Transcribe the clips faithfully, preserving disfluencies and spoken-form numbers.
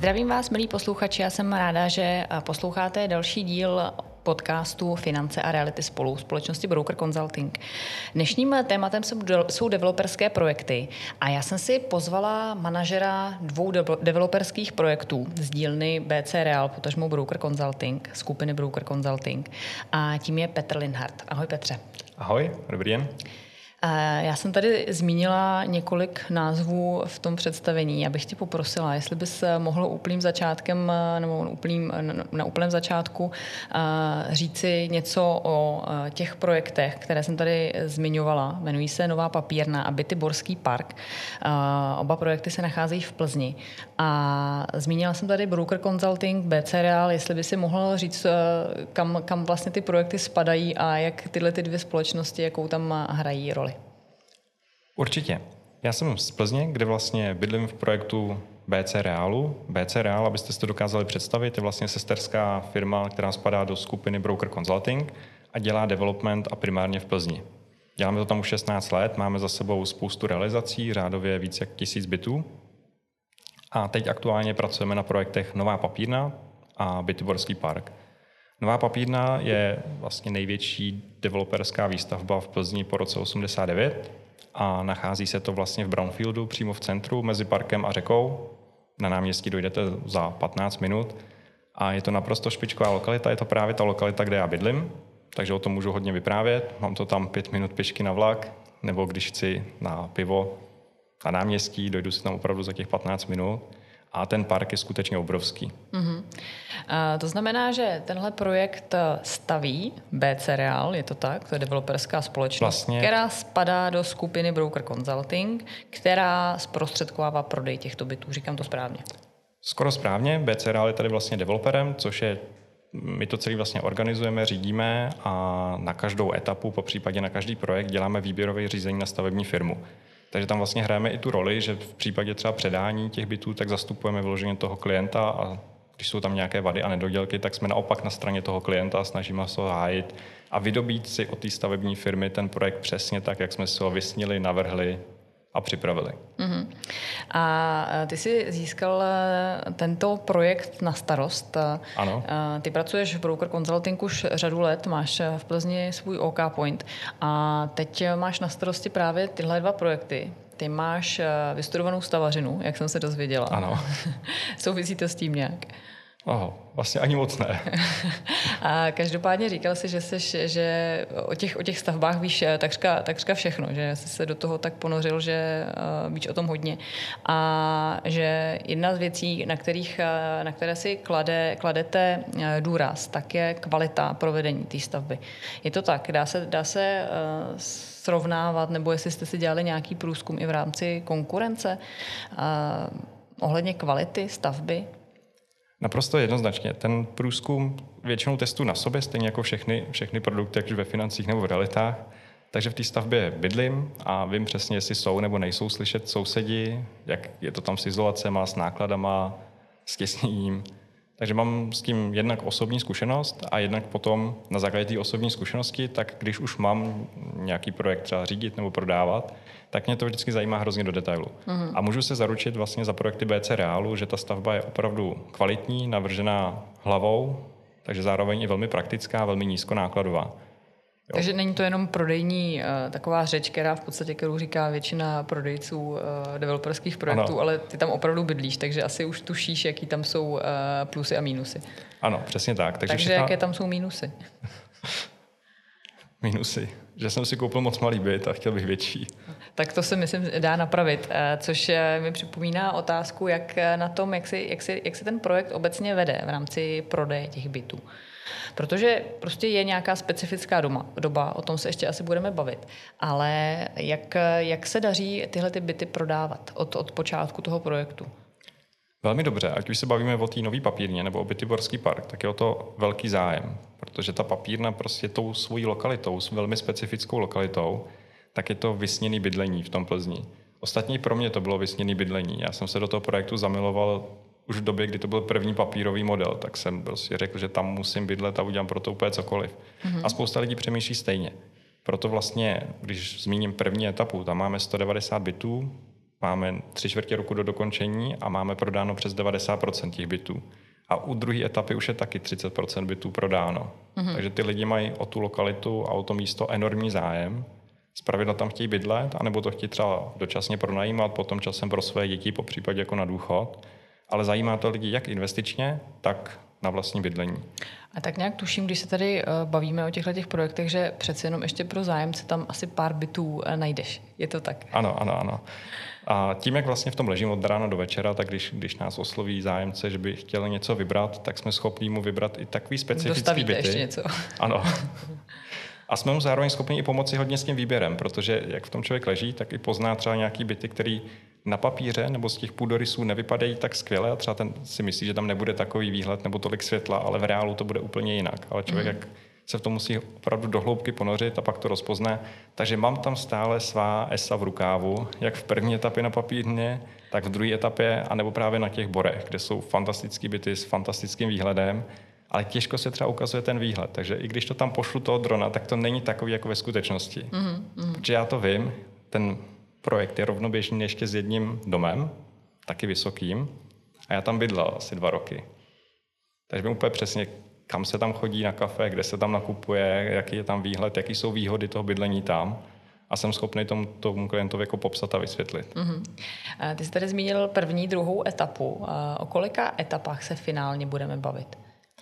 Zdravím vás, milí posluchači, já jsem ráda, že posloucháte další díl podcastu Finance a reality spolu společnosti Broker Consulting. Dnešním tématem jsou developerské projekty a já jsem si pozvala manažera dvou developerských projektů z dílny bé cé Real, potažmo Broker Consulting, skupiny Broker Consulting, a tím je Petr Linhart. Ahoj Petře. Ahoj, dobrý den. Já jsem tady zmínila několik názvů v tom představení. Já bych tě poprosila, jestli bys mohl úplným začátkem nebo úplným, na úplném začátku říci něco o těch projektech, které jsem tady zmiňovala. Jmenují se Nová papírna a Bytyborský park. Oba projekty se nacházejí v Plzni. A zmínila jsem tady Broker Consulting, bé cé Real, jestli by si mohl říct, kam, kam vlastně ty projekty spadají a jak tyhle ty dvě společnosti, jakou tam hrají roli. Určitě. Já jsem z Plzně, kde vlastně bydlím v projektu bé cé Realu. bé cé Real, abyste si to dokázali představit, je vlastně sesterská firma, která spadá do skupiny Broker Consulting a dělá development a primárně v Plzni. Děláme to tam už šestnáct let, máme za sebou spoustu realizací, řádově víc jak tisíc bytů. A teď aktuálně pracujeme na projektech Nová papírna a Bytyborský park. Nová papírna je vlastně největší developerská výstavba v Plzni po roce osmdesát devět a nachází se to vlastně v brownfieldu přímo v centru mezi parkem a řekou. Na náměstí dojdete za patnáct minut a je to naprosto špičková lokalita, je to právě ta lokalita, kde já bydlím, takže o tom můžu hodně vyprávět. Mám to tam pět minut pěšky na vlak, nebo když chci na pivo na náměstí, dojdu si tam opravdu za těch patnáct minut. A ten park je skutečně obrovský. Mm-hmm. A to znamená, že tenhle projekt staví bé cé Real, je to tak? To je developerská společnost, vlastně, která spadá do skupiny Broker Consulting, která zprostředkovává prodej těchto bytů. Říkám to správně? Skoro správně. bé cé Real je tady vlastně developerem, což je, my to celý vlastně organizujeme, řídíme a na každou etapu, po případě na každý projekt děláme výběrové řízení na stavební firmu. Takže tam vlastně hrajeme i tu roli, že v případě třeba předání těch bytů, tak zastupujeme vyloženě toho klienta a když jsou tam nějaké vady a nedodělky, tak jsme naopak na straně toho klienta a snažíme se ho hájit a vydobít si od té stavební firmy ten projekt přesně tak, jak jsme si ho vysnili, navrhli a připravili. Uh-huh. A ty jsi získal tento projekt na starost. Ano. Ty pracuješ v Broker Consulting už řadu let, máš v Plzni svůj OK Point a teď máš na starosti právě tyhle dva projekty. Ty máš vystudovanou stavařinu, jak jsem se dozvěděla. Ano. Souvisí to s tím nějak? Oho, vlastně ani moc ne. A každopádně říkal jsi, že, jsi, že o, těch, o těch stavbách víš takřka, takřka všechno, že jsi se do toho tak ponořil, že uh, víš o tom hodně. A že jedna z věcí, na, kterých, na které si klade, kladete důraz, tak je kvalita provedení té stavby. Je to tak? Dá se, dá se uh, srovnávat, nebo jestli jste si dělali nějaký průzkum i v rámci konkurence uh, ohledně kvality stavby? Naprosto jednoznačně. Ten průzkum většinou testuje na sobě, stejně jako všechny, všechny produkty, jak už ve financích nebo v realitách. Takže v té stavbě bydlím a vím přesně, jestli jsou nebo nejsou slyšet sousedi, jak je to tam s izolacema, s nákladama, s těsněním. Takže mám s tím jednak osobní zkušenost a jednak potom na základě té osobní zkušenosti, tak když už mám nějaký projekt třeba řídit nebo prodávat, tak mě to vždycky zajímá hrozně do detailu. Mm. A můžu se zaručit vlastně za projekty bé cé Realu, že ta stavba je opravdu kvalitní, navržená hlavou, takže zároveň i velmi praktická, velmi nízkonákladová. Jo. Takže není to jenom prodejní uh, taková řeč, která v podstatě, kterou říká většina prodejců uh, developerských projektů, ano. Ale ty tam opravdu bydlíš, takže asi už tušíš, jaký tam jsou uh, plusy a mínusy. Ano, přesně tak. Takže, takže všechna... jaké tam jsou mínusy? Mínusy. Že jsem si koupil moc malý byt a chtěl bych větší. Tak to se myslím dá napravit, což mi připomíná otázku, jak na tom, jak si, jak si, jak si ten projekt obecně vede v rámci prodeje těch bytů. Protože prostě je nějaká specifická doma, doba, o tom se ještě asi budeme bavit. Ale jak, jak se daří tyhle ty byty prodávat od, od počátku toho projektu? Velmi dobře, ať už se bavíme o té Nový papírně nebo o Bytyborský park, tak je o to velký zájem, protože ta papírna prostě tou svojí lokalitou, s velmi specifickou lokalitou, tak je to vysněný bydlení v tom Plzni. Ostatně pro mě to bylo vysněný bydlení. Já jsem se do toho projektu zamiloval už v době, kdy to byl první papírový model, tak jsem prostě řekl, že tam musím bydlet a udělám pro to úplně cokoliv. Mm-hmm. A spousta lidí přemýšlí stejně. Proto vlastně, když zmíním první etapu, tam máme sto devadesát bytů, máme tři čtvrtě roku do dokončení a máme prodáno přes devadesát procent těch bytů. A u druhé etapy už je taky třicet procent bytů prodáno. Mm-hmm. Takže ty lidi mají o tu lokalitu a o to místo enormní zájem. Zpravidla tam chtějí bydlet, anebo to chtějí třeba dočasně pronajímat, potom časem pro své děti, po případě jako na důchod. Ale zajímá to lidi jak investičně, tak na vlastní bydlení. A tak nějak tuším, když se tady bavíme o těchto těch projektech, že přece jenom ještě pro zájemce tam asi pár bytů najdeš. Je to tak? Ano, ano, ano. A tím, jak vlastně v tom ležím od rána do večera, tak když, když nás osloví zájemce, že by chtěl něco vybrat, tak jsme schopni mu vybrat i takový specifický Dostavíte byty. ještě něco. Ano. A jsme mu zároveň schopni i pomoci hodně s tím výběrem, protože jak v tom člověk leží, tak i pozná třeba nějaký byty, který na papíře nebo z těch půdorysů nevypadají tak skvěle a třeba ten si myslí, že tam nebude takový výhled nebo tolik světla, ale v reálu to bude úplně jinak. Ale člověk, mm. jak se v tom musí opravdu do hloubky ponořit a pak to rozpozná. Takže mám tam stále svá esa v rukávu, jak v první etapě na papírně, tak v druhé etapě, anebo právě na těch borech, kde jsou fantastický byty s fantastickým výhledem, ale těžko se třeba ukazuje ten výhled. Takže i když to tam pošlu toho drona, tak to není takový jako ve skutečnosti. Mm-hmm. Protože já to vím, ten projekt je rovnoběžný ještě s jedním domem, taky vysokým, a já tam bydlel asi dva roky. Takže vím úplně přesně, kam se tam chodí na kafe, kde se tam nakupuje, jaký je tam výhled, jaký jsou výhody toho bydlení tam. A jsem schopný tomu, tomu klientovi jako popsat a vysvětlit. Mm-hmm. Ty jsi tady zmínil první, druhou etapu. O kolika etapách se finálně budeme bavit?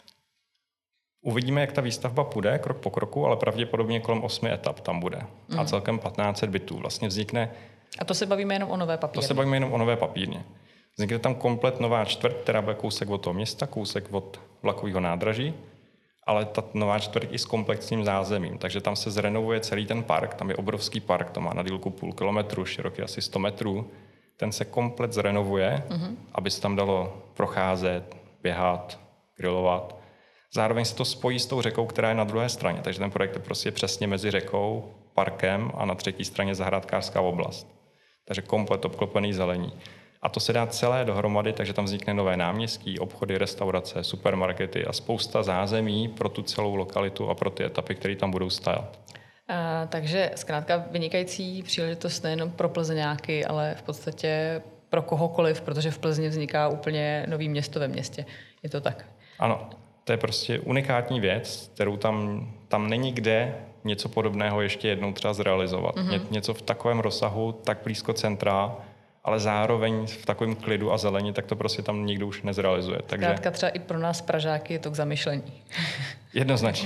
Uvidíme, jak ta výstavba půjde, krok po kroku, ale pravděpodobně kolem osmi etap tam bude. Mm-hmm. A celkem patnáct set bytů. Vlastně vznikne... A to se bavíme jenom o nové papírně? To se bavíme jenom o nové papírně. Vznikne tam komplet nová čtvrť, která bude kousek od toho města, kousek od vlakového nádraží, ale ta nová čtvrť i s komplexním zázemím. Takže tam se zrenovuje celý ten park, tam je obrovský park, to má na délku půl kilometru, široký asi sto metrů. Ten se komplet zrenovuje, mm-hmm. aby se tam dalo procházet, běhat, grilovat. Zároveň se to spojí s tou řekou, která je na druhé straně. Takže ten projekt je prostě přesně mezi řekou, parkem a na třetí straně zahrádkářská oblast. Takže komplet obklopený zelení. A to se dá celé dohromady, takže tam vznikne nové náměstí, obchody, restaurace, supermarkety a spousta zázemí pro tu celou lokalitu a pro ty etapy, které tam budou stát. A, takže zkrátka vynikající příležitost nejenom pro Plzeňáky, ale v podstatě pro kohokoliv, protože v Plzni vzniká úplně nový město ve městě. Je to tak? Ano. To je prostě unikátní věc, kterou tam, tam není kde něco podobného ještě jednou třeba zrealizovat. Mm-hmm. Ně, něco v takovém rozsahu, tak blízko centra, ale zároveň v takovém klidu a zelení, tak to prostě tam nikdo už nezrealizuje. Takže... Zkrátka třeba i pro nás Pražáky je to k zamyšlení. Jednoznačně.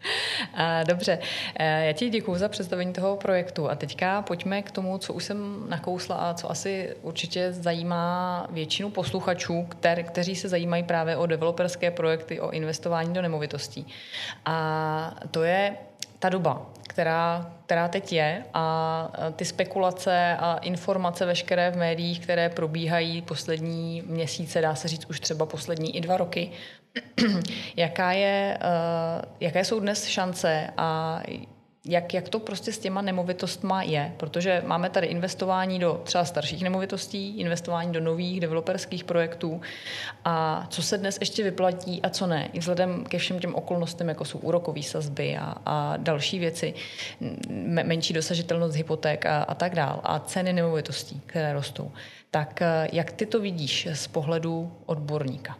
Dobře, já ti děkuju za představení toho projektu a teďka pojďme k tomu, co už jsem nakousla a co asi určitě zajímá většinu posluchačů, kter, kteří se zajímají právě o developerské projekty, o investování do nemovitostí. A to je ta doba, která, která teď je a ty spekulace a informace veškeré v médiích, které probíhají poslední měsíce, dá se říct už třeba poslední i dva roky. Jaká je, jaké jsou dnes šance a jak, jak to prostě s těma nemovitostma je? Protože máme tady investování do třeba starších nemovitostí, investování do nových developerských projektů a co se dnes ještě vyplatí a co ne. I vzhledem ke všem těm okolnostem, jako jsou úrokové sazby a, a další věci, menší dosažitelnost hypoték a, a tak dál a ceny nemovitostí, které rostou. Tak jak ty to vidíš z pohledu odborníka?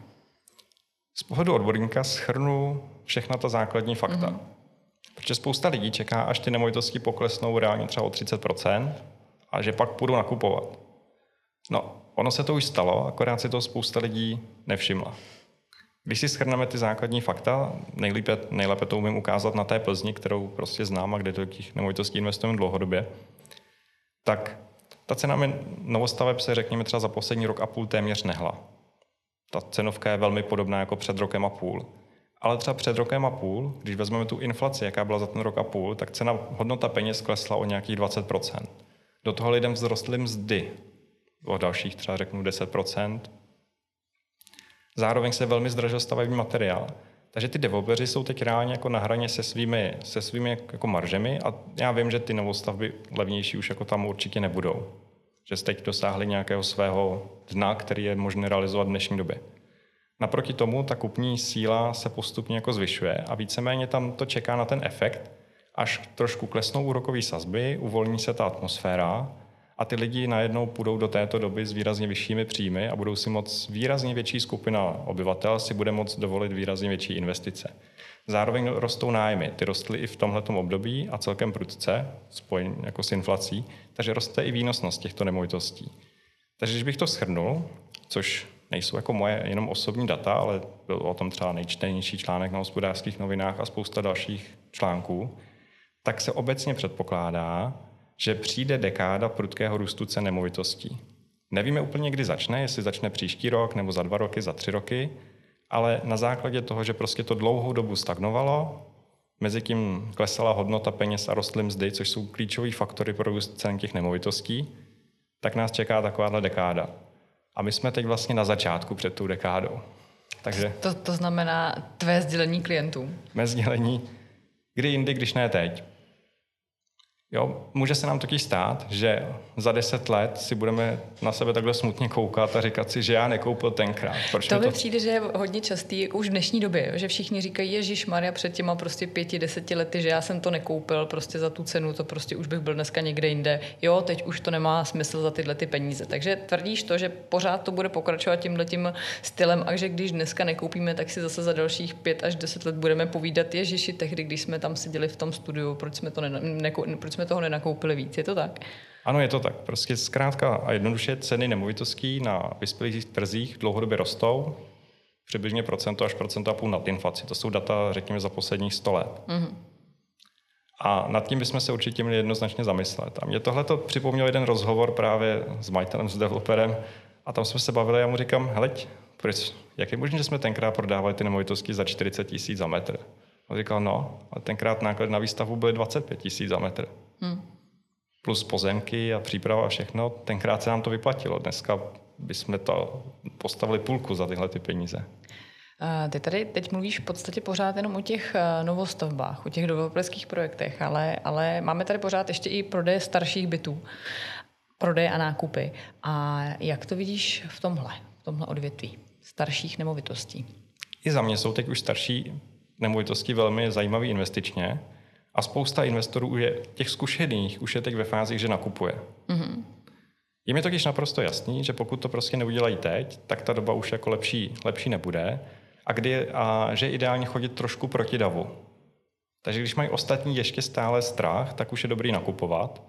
Z pohledu odborníka shrnu všechna ta základní fakta. Mm-hmm. Protože spousta lidí čeká, až ty nemovitosti poklesnou reálně třeba o třicet procent a že pak půjdou nakupovat. No, ono se to už stalo, akorát si to spousta lidí nevšimla. Když si shrneme ty základní fakta, nejlépe, nejlépe to umím ukázat na té Plzni, kterou prostě znám a kde do těch nemovitostí investujeme dlouhodobě, tak ta cena novostaveb se, řekněme, třeba za poslední rok a půl téměř nehla. Ta cenovka je velmi podobná jako před rokem a půl. Ale třeba před rokem a půl, když vezmeme tu inflaci, jaká byla za ten rok a půl, tak cena hodnota peněz klesla o nějakých dvacet procent. Do toho lidem vzrostly mzdy o dalších třeba řeknu deset procent. Zároveň se velmi zdražil stavební materiál. Takže ty developeři jsou teď reálně jako na hraně se svými, se svými jako maržemi a já vím, že ty novostavby levnější už jako tam určitě nebudou. Že teď dosáhli nějakého svého dna, který je možné realizovat v dnešní době. Naproti tomu ta kupní síla se postupně jako zvyšuje a víceméně tam to čeká na ten efekt, až trošku klesnou úrokové sazby, uvolní se ta atmosféra a ty lidi najednou půjdou do této doby s výrazně vyššími příjmy a budou si moc výrazně větší skupina obyvatel si bude moct dovolit výrazně větší investice. Zároveň rostou nájmy. Ty rostly i v tomhletom období a celkem prudce, spojen jako s inflací, takže roste i výnosnost těchto nemovitostí. Takže když bych to shrnul, což nejsou jako moje jenom osobní data, ale byl o tom třeba nejčtenější článek na Hospodářských novinách a spousta dalších článků, tak se obecně předpokládá, že přijde dekáda prudkého růstu cen nemovitostí. Nevíme úplně, kdy začne, jestli začne příští rok, nebo za dva roky, za tři roky, ale na základě toho, že prostě to dlouhou dobu stagnovalo, mezi tím klesala hodnota peněz a rostly mzdy, což jsou klíčový faktory pro růst cen těch nemovitostí, tak nás čeká takováhle dekáda. A my jsme teď vlastně na začátku před tou dekádou. Takže to, to znamená tvé sdělení klientům. Mé sdělení, kdy jindy, když ne teď. Jo, může se nám totiž stát, že za deset let si budeme na sebe takhle smutně koukat a říkat si, že já nekoupil tenkrát. Proč to mi to přijde, že je hodně častý, jako už v dnešní době, že všichni říkají, ježišmarja, před těma prostě pěti, deseti lety, že já jsem to nekoupil prostě za tu cenu, to prostě už bych byl dneska někde jinde. Jo, teď už to nemá smysl za tyhle ty peníze. Takže tvrdíš to, že pořád to bude pokračovat tímhletím stylem a že když dneska nekoupíme, tak si zase za dalších pět až deset let budeme povídat, ježiši, tehdy, když jsme tam seděli v tom studiu, proč jsme to ne, ne, proč jsme toho nenakoupili víc. Je to tak? Ano, je to tak. Prostě zkrátka a jednoduše ceny nemovitostí na vyspělých trzích dlouhodobě rostou, přibližně procento až procento a půl nad inflaci. To jsou data, řekněme, za posledních sto let. Mm-hmm. A nad tím bychom se určitě měli jednoznačně zamyslet. A mě tohle to připomněl jeden rozhovor právě s majitelem, s developerem, a tam jsme se bavili a já mu říkám, heleď, proč, jak je možné, že jsme tenkrát prodávali ty nemovitosti za čtyřicet tisíc za metr? On říkal, no, ale tenkrát náklady na výstavbu byly dvacet pět tisíc za metr. Hmm. Plus pozemky a příprava a všechno. Tenkrát se nám to vyplatilo. Dneska bychom to postavili půlku za tyhle ty peníze. Ty tady teď mluvíš v podstatě pořád jenom o těch novostavbách, o těch developerských projektech, ale, ale máme tady pořád ještě i prodeje starších bytů, prodeje a nákupy. A jak to vidíš v tomhle, v tomhle odvětví starších nemovitostí? I za mě jsou teď už starší nemovitosti velmi zajímavý investičně a spousta investorů je těch zkušených už je teď ve fázi, že nakupuje. Mm-hmm. Je mi totiž naprosto jasný, že pokud to prostě neudělají teď, tak ta doba už jako lepší, lepší nebude a, kdy, a že je ideálně chodit trošku proti davu. Takže když mají ostatní ještě stále strach, tak už je dobrý nakupovat.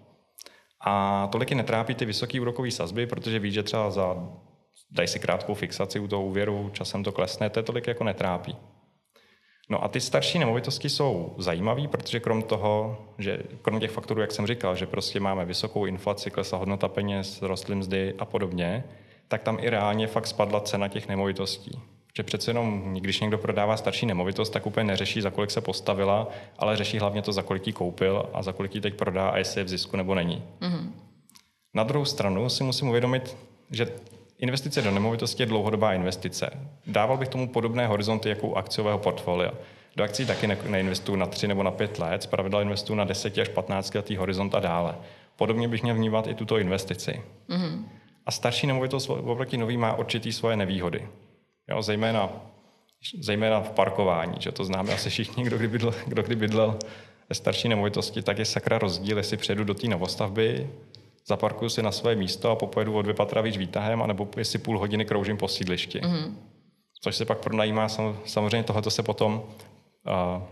A tolik je netrápí ty vysoké úrokové sazby, protože ví, že třeba za, dají si krátkou fixaci u toho úvěru, časem to klesne, to je tolik jako netrápí. No a ty starší nemovitosti jsou zajímavé, protože krom toho, že krom těch faktorů, jak jsem říkal, že prostě máme vysokou inflaci, klesla hodnota peněz, rostly mzdy a podobně, tak tam i reálně fakt spadla cena těch nemovitostí. Že přece jenom, když někdo prodává starší nemovitost, tak úplně neřeší, za kolik se postavila, ale řeší hlavně to, za kolik ji koupil a za kolik ji teď prodá a jestli je v zisku nebo není. Mm-hmm. Na druhou stranu si musím uvědomit, že investice do nemovitosti je dlouhodobá investice. Dával bych tomu podobné horizonty jako u akciového portfolia. Do akcí taky ne- neinvestuju na tři nebo na pět let, zpravidla investuju na deset až patnáct letý horizont a dále. Podobně bych měl vnímat i tuto investici. Mm-hmm. A starší nemovitost oproti nový má určitý svoje nevýhody. Jo, zejména, zejména v parkování, že to známe asi všichni, kdo kdy bydlel, kdo kdy bydlel ve starší nemovitosti, tak je sakra rozdíl, jestli přijedu do té novostavby, zaparkuju si na své místo a popojedu o dvě patra víc výtahem, anebo jestli půl hodiny kroužím po sídlišti. Mm-hmm. Což se pak pronajímá, samozřejmě tohleto se potom uh,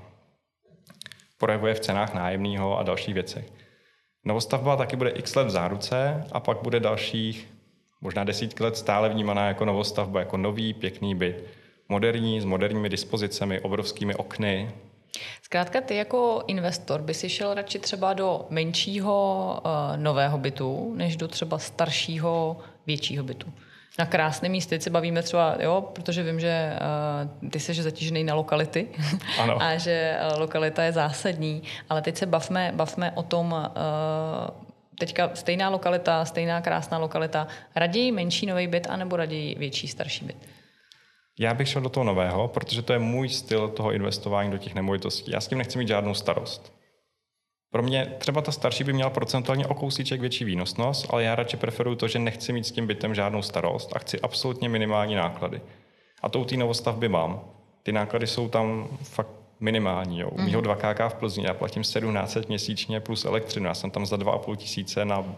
projevuje v cenách nájemného a dalších věcech. Novostavba taky bude x let v záruce a pak bude dalších možná desítky let stále vnímaná jako novostavba, jako nový, pěkný byt. Moderní, s moderními dispozicemi, obrovskými okny. Zkrátka ty jako investor by si šel radši třeba do menšího uh, nového bytu, než do třeba staršího, většího bytu. Na krásné místě, teď se bavíme třeba, jo, protože vím, že uh, ty jsi zatížený na lokality ano. a že uh, lokalita je zásadní, ale teď se bavme, bavme o tom, uh, teďka stejná lokalita, stejná krásná lokalita, raději menší nový byt, anebo raději větší, starší byt? Já bych šel do toho nového, protože to je můj styl toho investování do těch nemovitostí. Já s tím nechci mít žádnou starost. Pro mě třeba ta starší by měla procentuálně o kousíček větší výnosnost, ale já radši preferuju to, že nechci mít s tím bytem žádnou starost a chci absolutně minimální náklady. A to u té novostavby mám. Ty náklady jsou tam fakt minimální. Jo. U mýho dva ká ká v Plzni já platím sedmnáct set měsíčně plus elektřinu. Já jsem tam za dva a půl tisíce na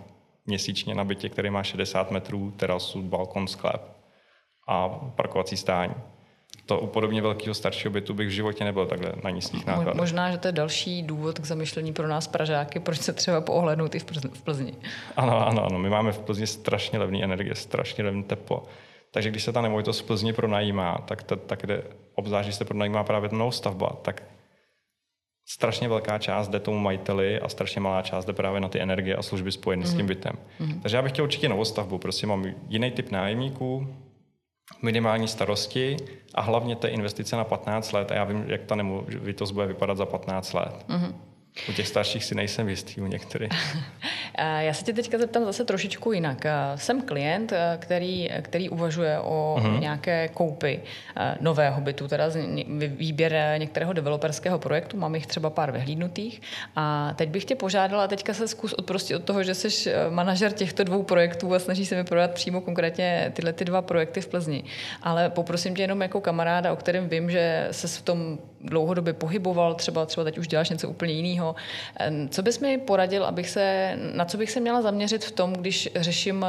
měsíčně na bytě, který má šedesát metrů, terasu, balkon, sklep a parkovací stání. To u podobně velkého staršího bytu bych v životě nebyl takhle na nízkých nákladech. Možná, že to je další důvod k zamyšlení pro nás Pražáky, proč se třeba poohlédnout i v Plzni. Ano, ano, ano. My máme v Plzni strašně levné energie, strašně levné teplo. Takže když se ta nemovitost v Plzni pronajímá, tak, to, tak jde, obzvlášť, když se pronajímá právě novostavba, tak strašně velká část jde tomu majiteli a strašně malá část jde právě na ty energie a služby spojené mm. s tím bytem. Mm. Takže já bych chtěl určitě novostavbu. Prostě mám jiný typ nájemníků, minimální starosti a hlavně té investice na patnáct let a já vím, jak ta nemovitost bude vypadat za patnáct let. Mm-hmm. U těch starších si nejsem jistý, u některých. Já se tě teďka zeptám zase trošičku jinak. Jsem klient, který, který uvažuje o uh-huh. nějaké koupi nového bytu, teda výběr některého developerského projektu, mám jich třeba pár vyhlídnutých a teď bych tě požádala, teďka se zkus odprostit od toho, že jsi manažer těchto dvou projektů a snaží se mi prodat přímo konkrétně tyhle ty dva projekty v Plzni. Ale poprosím tě jenom jako kamaráda, o kterém vím, že ses v tom dlouhodobě pohyboval, třeba, třeba teď už děláš něco úplně jiného. Co bys mi poradil, abych se, na co bych se měla zaměřit v tom, když řeším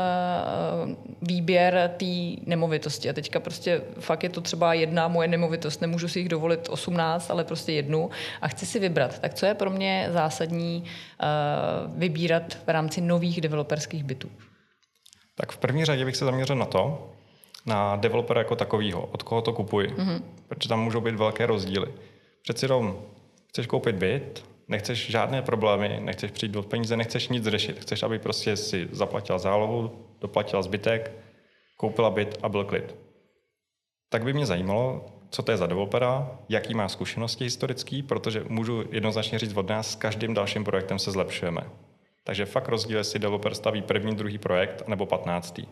výběr té nemovitosti? A teďka prostě fakt je to třeba jedna moje nemovitost, nemůžu si jich dovolit osmnáct, ale prostě jednu a chci si vybrat. Tak co je pro mě zásadní vybírat v rámci nových developerských bytů? Tak v první řadě bych se zaměřil na to, na developera jako takovýho, od koho to kupuji, mm-hmm. protože tam můžou být velké rozdíly. Přeci jenom chceš koupit byt, nechceš žádné problémy, nechceš přijít od peníze, nechceš nic řešit. Chceš, aby prostě si zaplatila zálohu, doplatila zbytek, koupila byt a byl klid. Tak by mě zajímalo, co to je za developera, jaký má zkušenosti historický, protože můžu jednoznačně říct od nás, s každým dalším projektem se zlepšujeme. Takže fakt rozdíl, jestli developer staví první, druhý projekt nebo patnáctý.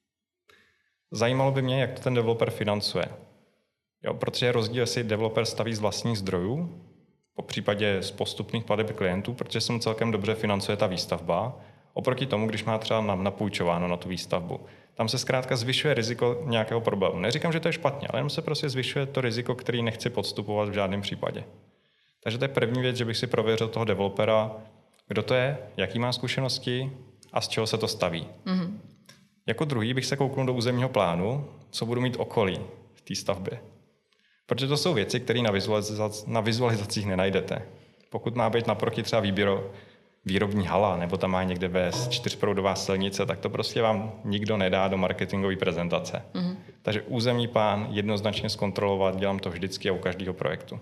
Zajímalo by mě, jak to ten developer financuje. Jo, protože je rozdíl, jestli developer staví z vlastních zdrojů, po případě z postupných plateb klientů, protože se mu celkem dobře financuje ta výstavba, oproti tomu, když má třeba napůjčováno na tu výstavbu. Tam se zkrátka zvyšuje riziko nějakého problému. Neříkám, že to je špatně, ale jenom se prostě zvyšuje to riziko, který nechci podstupovat v žádném případě. Takže to je první věc, že bych si prověřil toho developera, kdo to je, jaký má zkušenosti a z čeho se to staví. Mm-hmm. Jako druhý bych se kouknul do územního plánu, co budu mít okolí v té stavbě. Protože to jsou věci, které na, vizualizac- na vizualizacích nenajdete. Pokud má být naproti třeba výběro, výrobní hala, nebo tam má někde vést čtyřproudová silnice, tak to prostě vám nikdo nedá do marketingové prezentace. Mm-hmm. Takže územní plán jednoznačně zkontrolovat, dělám to vždycky a u každého projektu.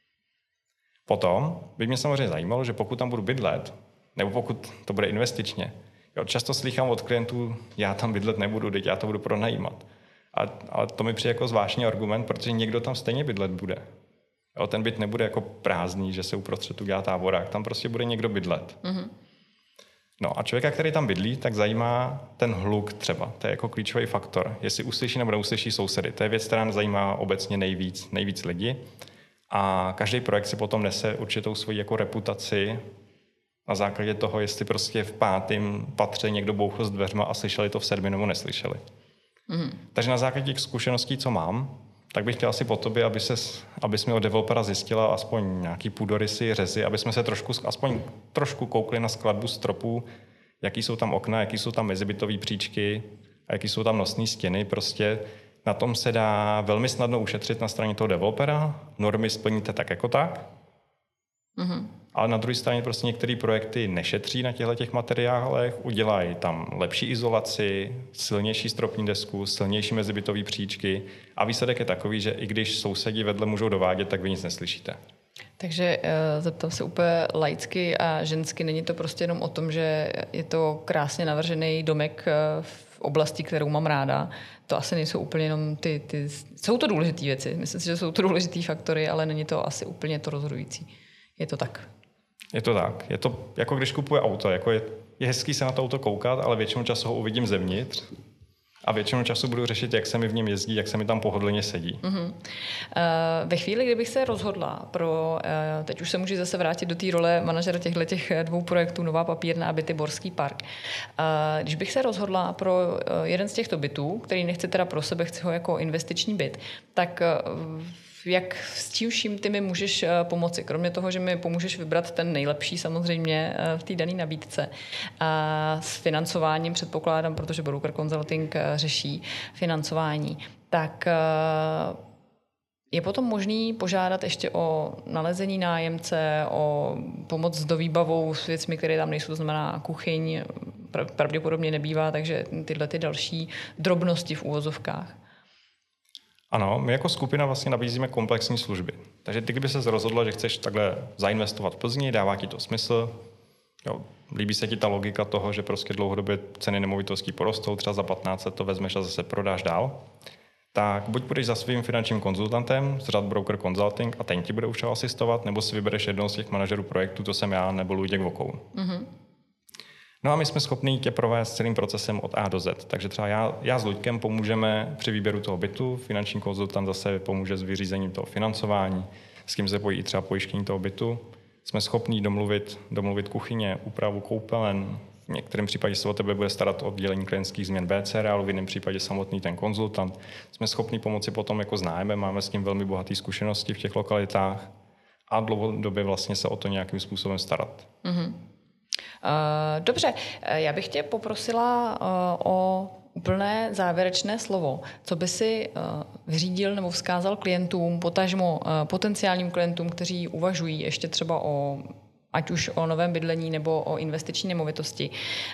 Potom by mě samozřejmě zajímalo, že pokud tam budu bydlet, nebo pokud to bude investičně, jo, často slýchám od klientů, já tam bydlet nebudu, teď já to budu pronajímat. A, ale to mi přijde jako zvláštní argument, protože někdo tam stejně bydlet bude. Jo, ten byt nebude jako prázdný, že se uprostřed udělá táborák, tam prostě bude někdo bydlet. Mm-hmm. No a člověka, který tam bydlí, tak zajímá ten hluk třeba. To je jako klíčový faktor. Jestli uslyší nebo neuslyší sousedy. To je věc, která zajímá obecně nejvíc, nejvíc lidí. A každý projekt si potom nese určitou svoji jako reputaci na základě toho, jestli prostě v pátém patře někdo bouchl s dveřma a slyšeli to v sedmi nebo neslyšeli. Mm. Takže na základě těch zkušeností, co mám, tak bych chtěl asi po tobě, aby ses, abys mi od developera zjistila aspoň nějaký půdorysy, řezy, aby jsme se trošku, aspoň trošku koukli na skladbu stropů, jaký jsou tam okna, jaký jsou tam mezibytové příčky a jaký jsou tam nosné stěny. Prostě na tom se dá velmi snadno ušetřit na straně toho developera. Normy splníte tak jako tak. Mm-hmm. Ale na druhé straně prostě některé projekty nešetří na těchto těch materiálech, udělají tam lepší izolaci, silnější stropní desku, silnější mezibytové příčky a výsledek je takový, že i když sousedí vedle můžou dovádět, tak vy nic neslyšíte. Takže uh, zeptám se úplně laicky a žensky, není to prostě jenom o tom, že je to krásně navržený domek uh, v oblasti, kterou mám ráda. To asi nejsou úplně jenom ty... ty... Jsou to důležité věci, myslím si, že jsou to důležité faktory, ale není to asi úplně to rozhodující. Je to tak? Je to tak. Je to jako když kupuje auto. Jako je, je hezký se na to auto koukat, ale většinou času ho uvidím zevnitř a většinou času budu řešit, jak se mi v něm jezdí, jak se mi tam pohodlně sedí. Uh-huh. Uh, ve chvíli, kdybych se rozhodla pro, uh, teď už se můžu zase vrátit do té role manažera těchto těch dvou projektů Nová papírna a byty Borský park. Uh, když bych se rozhodla pro uh, jeden z těchto bytů, který nechci teda pro sebe, chci ho jako investiční byt, tak uh, jak s čím vším ty mi můžeš pomoci, kromě toho, že mi pomůžeš vybrat ten nejlepší samozřejmě v té dané nabídce. A s financováním předpokládám, protože Broker Consulting řeší financování, tak je potom možný požádat ještě o nalezení nájemce, o pomoc s dovýbavou s věcmi, které tam nejsou, znamená kuchyň, pravděpodobně nebývá, takže tyhle ty další drobnosti v úvozovkách. Ano, my jako skupina vlastně nabízíme komplexní služby. Takže ty, kdyby se rozhodla, že chceš takhle zainvestovat v Plzni, dává ti to smysl, jo, líbí se ti ta logika toho, že prostě dlouhodobě ceny nemovitostí porostou, třeba za patnáct let to vezmeš a zase prodáš dál, tak buď půjdeš za svým finančním konzultantem z řad Broker Consulting a ten ti bude už asistovat, nebo si vybereš jednoho z těch manažerů projektu, to jsem já, nebo Luděk Vokoun. Mm-hmm. No a my jsme schopni tě provést celým procesem od A do Z. Takže třeba já, já s Luďkem pomůžeme při výběru toho bytu, finanční konzultant zase pomůže s vyřízením toho financování, s kým se pojí i třeba pojištění toho bytu. Jsme schopni domluvit, domluvit kuchyně, úpravu koupelen. V některém případě se o tebe bude starat o oddělení klientských změn B C Reálu, v jiném případě samotný ten konzultant. Jsme schopni pomoci potom jako s nájmem, máme s tím velmi bohaté zkušenosti v těch lokalitách a dlouhodobě vlastně se o to nějakým způsobem starat. Mm-hmm. Dobře, já bych tě poprosila o úplné závěrečné slovo. Co by si vyřídil nebo vzkázal klientům, potažmo potenciálním klientům, kteří uvažují ještě třeba o, ať už o novém bydlení nebo o investiční nemovitosti.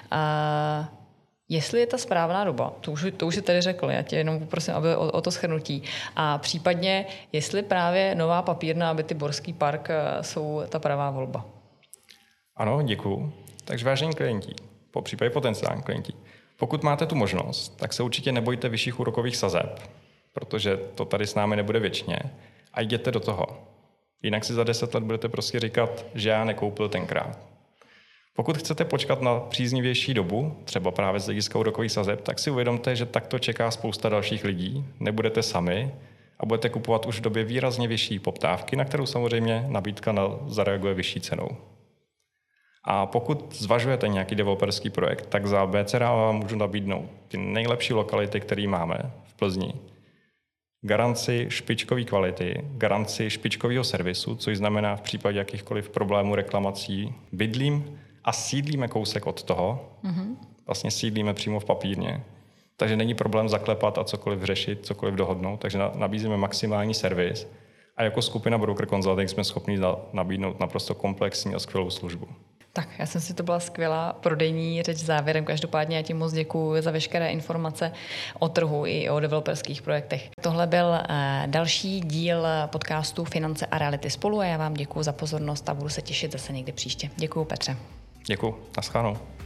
Jestli je ta správná doba, to už, to už si tady řekl, já tě jenom poprosím, aby o, o to shrnutí. A případně, jestli právě nová papírna, aby ty Borský park jsou ta pravá volba. Ano, děkuju. Takže vážení klienti, po případě potenciální klienti, pokud máte tu možnost, tak se určitě nebojte vyšších úrokových sazeb, protože to tady s námi nebude věčně a jděte do toho. Jinak si za deset let budete prostě říkat, že já nekoupil tenkrát. Pokud chcete počkat na příznivější dobu, třeba právě z hlediska úrokových sazeb, tak si uvědomte, že takto čeká spousta dalších lidí, nebudete sami a budete kupovat už v době výrazně vyšší poptávky, na kterou samozřejmě nabídka zareaguje vyšší cenou. A pokud zvažujete nějaký developerský projekt, tak za B C R vám můžu nabídnout ty nejlepší lokality, které máme v Plzni. Garanci špičkové kvality, garanci špičkového servisu, což znamená v případě jakýchkoliv problémů reklamací bydlím a sídlíme kousek od toho. Mm-hmm. Vlastně sídlíme přímo v papírně. Takže není problém zaklepat a cokoliv řešit, cokoliv dohodnout. Takže nabízíme maximální servis a jako skupina Broker Consulting jsme schopni nabídnout naprosto komplexní a skvělou službu. Tak, já jsem si to byla skvělá prodejní řeč závěrem. Každopádně já ti moc děkuji za veškeré informace o trhu i o developerských projektech. Tohle byl uh, další díl podcastu Finance a reality spolu a já vám děkuji za pozornost a budu se těšit zase někdy příště. Děkuji, Petře. Děkuji. Naschledanou.